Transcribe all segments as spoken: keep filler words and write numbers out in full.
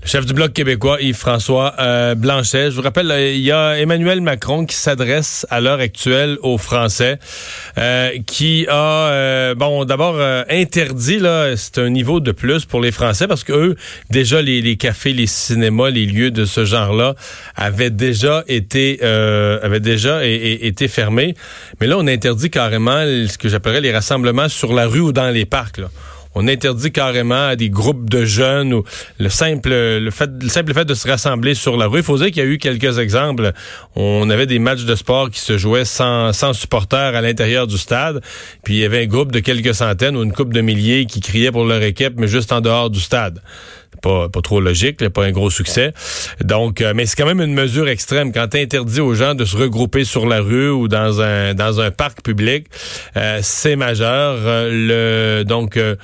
Le chef du Bloc québécois, Yves-François euh, Blanchet. Je vous rappelle, il y a Emmanuel Macron qui s'adresse à l'heure actuelle aux Français, euh, qui a, euh, bon, d'abord euh, interdit, là, c'est un niveau de plus pour les Français, parce que eux, déjà, les, les cafés, les cinémas, les lieux de ce genre-là avaient déjà été, euh, avaient déjà et, et, été fermés. Mais là, on interdit carrément ce que j'appellerais les rassemblements sur la rue ou dans les parcs, là. On interdit carrément à des groupes de jeunes ou le simple le fait le simple fait de se rassembler sur la rue. Il faut dire qu'il y a eu quelques exemples. On avait des matchs de sport qui se jouaient sans sans supporters à l'intérieur du stade. Puis il y avait un groupe de quelques centaines ou une couple de milliers qui criaient pour leur équipe, mais juste en dehors du stade. Pas, pas trop logique, là, pas un gros succès. Donc, euh, mais c'est quand même une mesure extrême. Quand tu interdis aux gens de se regrouper sur la rue ou dans un dans un parc public, euh, c'est majeur. Euh, le donc euh,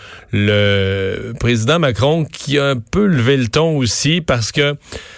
le président Macron qui a un peu levé le ton aussi parce que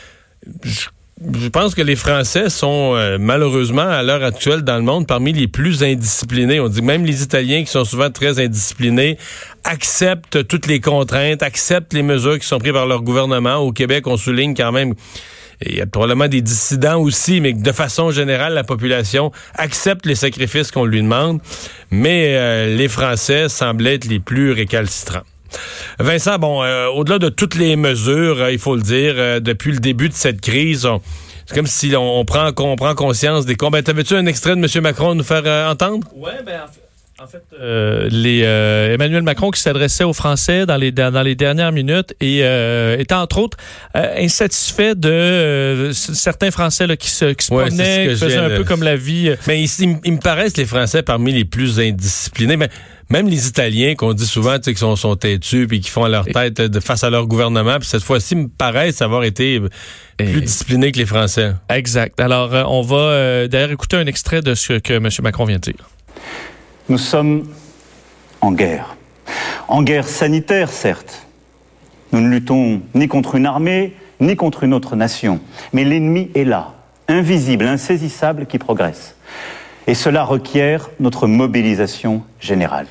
je, je pense que les Français sont euh, malheureusement à l'heure actuelle dans le monde parmi les plus indisciplinés. On dit que même les Italiens qui sont souvent très indisciplinés acceptent toutes les contraintes, acceptent les mesures qui sont prises par leur gouvernement. Au Québec, on souligne quand même, il y a probablement des dissidents aussi, mais de façon générale, la population accepte les sacrifices qu'on lui demande. Mais euh, les Français semblent être les plus récalcitrants. Vincent, bon, euh, au-delà de toutes les mesures, euh, il faut le dire, euh, depuis le début de cette crise, on, c'est comme si on, on, prend, on prend conscience des combats. T'avais-tu un extrait de M. Macron à nous faire euh, entendre? Oui, bien, en fait. En fait, euh, les, euh, Emmanuel Macron qui s'adressait aux Français dans les dans les dernières minutes et euh, était entre autres euh, insatisfait de euh, certains Français là, qui se qui se ouais, promenaient, qui faisaient un de... peu comme la vie. Mais ici, il, il me paraissent les Français parmi les plus indisciplinés. Mais même les Italiens qu'on dit souvent, tu sais, qui sont, sont têtus puis qui font à leur tête de face à leur gouvernement. Puis cette fois-ci, me paraissent avoir été plus et... disciplinés que les Français. Exact. Alors, euh, on va euh, d'ailleurs écouter un extrait de ce que M. Macron vient de dire. Nous sommes en guerre. En guerre sanitaire, certes. Nous ne luttons ni contre une armée, ni contre une autre nation. Mais l'ennemi est là, invisible, insaisissable, qui progresse. Et cela requiert notre mobilisation générale.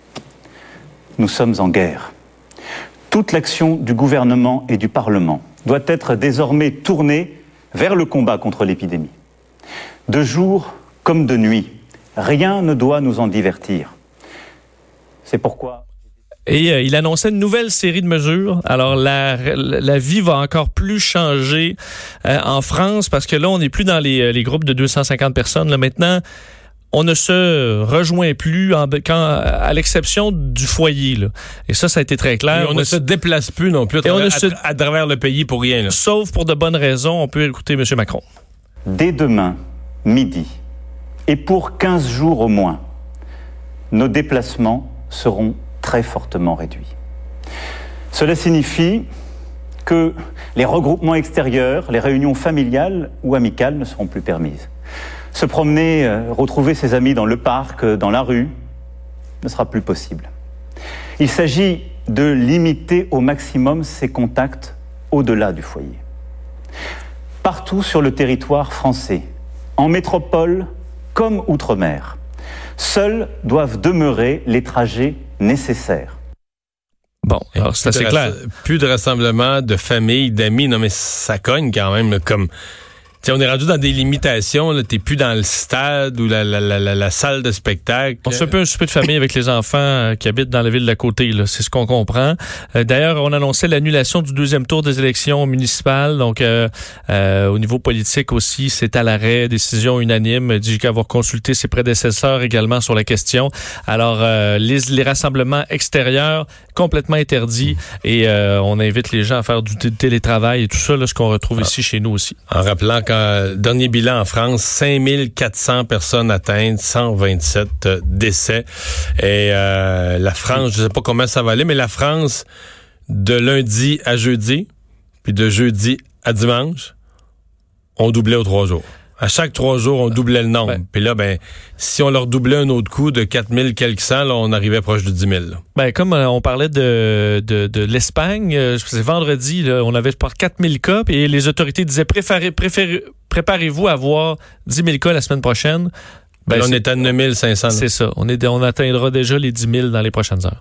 Nous sommes en guerre. Toute l'action du gouvernement et du Parlement doit être désormais tournée vers le combat contre l'épidémie. De jour comme de nuit, rien ne doit nous en divertir. C'est pourquoi... Et euh, il annonçait une nouvelle série de mesures. Alors, la, la, la vie va encore plus changer euh, en France parce que là, on n'est plus dans les, les groupes de deux cent cinquante personnes. Là, maintenant, on ne se rejoint plus en, quand, à l'exception du foyer. Là. Et ça, ça a été très clair. Et on, on ne se déplace plus non plus à travers, se... à, à travers le pays pour rien. Là. Sauf pour de bonnes raisons. On peut écouter M. Macron. Dès demain, midi, et pour quinze jours au moins, nos déplacements seront très fortement réduits. Cela signifie que les regroupements extérieurs, les réunions familiales ou amicales ne seront plus permises. Se promener, euh, retrouver ses amis dans le parc, dans la rue, ne sera plus possible. Il s'agit de limiter au maximum ces contacts au-delà du foyer. Partout sur le territoire français, en métropole comme outre-mer, seuls doivent demeurer les trajets nécessaires. Bon, alors c'est assez clair. Plus de rassemblements de familles, d'amis, non mais ça cogne quand même, là, comme... T'sais, on est rendu dans des limitations, là, t'es plus dans le stade ou la, la, la, la, la salle de spectacle. On se fait un peu un souper de famille avec les enfants euh, qui habitent dans la ville d'à côté, là, c'est ce qu'on comprend. Euh, d'ailleurs, on annonçait l'annulation du deuxième tour des élections municipales, donc euh, euh, au niveau politique aussi, c'est à l'arrêt, décision unanime, dit qu'avoir consulté ses prédécesseurs également sur la question. Alors, euh, les, les rassemblements extérieurs, complètement interdits, et euh, on invite les gens à faire du t- télétravail et tout ça, là, ce qu'on retrouve ah. ici chez nous aussi. En rappelant qu'en Euh, dernier bilan en France, cinq mille quatre cents personnes atteintes, cent vingt-sept euh, décès. Et euh, la France, je sais pas comment ça va aller, mais la France, de lundi à jeudi, puis de jeudi à dimanche, on doublait aux trois jours. À chaque trois jours, on doublait le nombre. Ben, puis là, ben, si on leur doublait un autre coup de quatre mille quelques cents, là, on arrivait proche de dix mille. Là. Ben, comme euh, on parlait de, de, de l'Espagne, euh, c'est vendredi, là, on avait quatre mille cas, et les autorités disaient préférez, préférez, préparez-vous à avoir dix mille cas la semaine prochaine. Ben, là, on est à neuf mille cinq cents. Là. C'est ça. On, est, on atteindra déjà les dix mille dans les prochaines heures.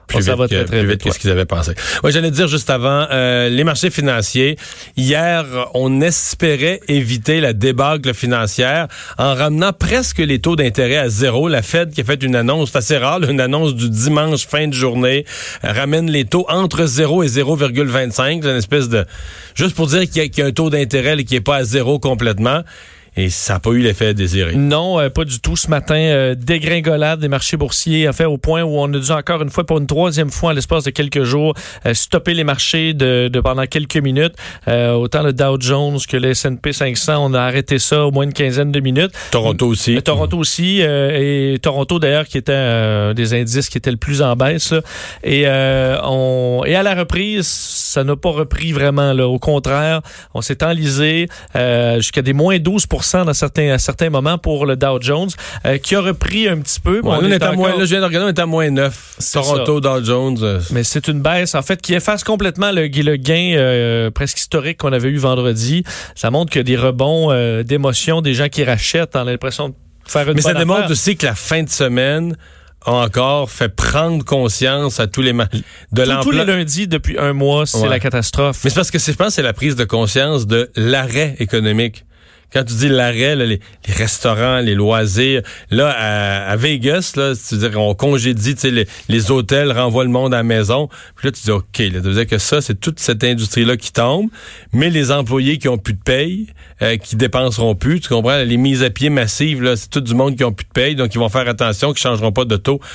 Plus vite, ça va que, très, très plus vite, vite que ce qu'ils avaient pensé. Ouais, j'allais dire juste avant, euh, les marchés financiers. Hier, on espérait éviter la débâcle financière en ramenant presque les taux d'intérêt à zéro. La Fed qui a fait une annonce, c'est assez rare, une annonce du dimanche fin de journée, euh, ramène les taux entre zéro et zéro virgule vingt-cinq. C'est une espèce de... Juste pour dire qu'il y a, qu'il y a un taux d'intérêt qui n'est pas à zéro complètement. Et ça n'a pas eu l'effet désiré. Non, euh, pas du tout. Ce matin, euh, dégringolade des marchés boursiers, en fait, au point où on a dû encore une fois, pour une troisième fois, en l'espace de quelques jours, euh, stopper les marchés de, de pendant quelques minutes. Euh, autant le Dow Jones que le S and P cinq cents, on a arrêté ça au moins une quinzaine de minutes. Toronto aussi. Euh, Toronto aussi. Euh, et Toronto, d'ailleurs, qui était euh, des indices qui étaient le plus en baisse. Là. Et, euh, on, et à la reprise, ça n'a pas repris vraiment. Là. Au contraire, on s'est enlisé euh, jusqu'à des moins douze pour cent dans certains, à certains moments pour le Dow Jones, euh, qui a repris un petit peu. Ouais, on, on est à encore... moins, là, je viens de regarder, on est à moins neuf. Toronto, ça. Dow Jones. Euh... Mais c'est une baisse, en fait, qui efface complètement le, le gain euh, presque historique qu'on avait eu vendredi. Ça montre qu'il y a des rebonds euh, d'émotion, des gens qui rachètent, on a l'impression de faire une Mais bonne ça démontre affaire. aussi que la fin de semaine a encore fait prendre conscience à tous les ma- de Tous, l'ampleur. tous les lundis depuis un mois, c'est ouais. la catastrophe. Mais c'est parce que c'est, je pense que c'est la prise de conscience de l'arrêt économique. Quand tu dis l'arrêt, là, les, les restaurants, les loisirs, là, à, à Vegas, là, c'est-à-dire on congédie, tu sais, les, les hôtels renvoient le monde à la maison. Puis là, tu dis, OK, là, ça veut dire que ça, c'est toute cette industrie-là qui tombe, mais les employés qui ont plus de paye, euh, qui dépenseront plus, tu comprends? Les mises à pied massives, là, c'est tout du monde qui ont plus de paye, donc ils vont faire attention, qu'ils changeront pas de taux.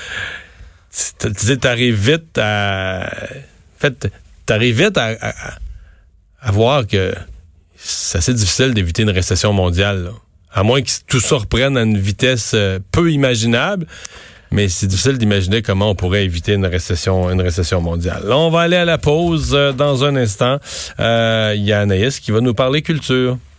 Tu dis, t'arrives vite à... En fait, t'arrives vite à, à, à voir que c'est assez difficile d'éviter une récession mondiale, là. À moins que tout ça reprenne à une vitesse euh, peu imaginable. Mais c'est difficile d'imaginer comment on pourrait éviter une récession, une récession mondiale. Là, on va aller à la pause euh, dans un instant. Il euh, y a Anaïs qui va nous parler culture.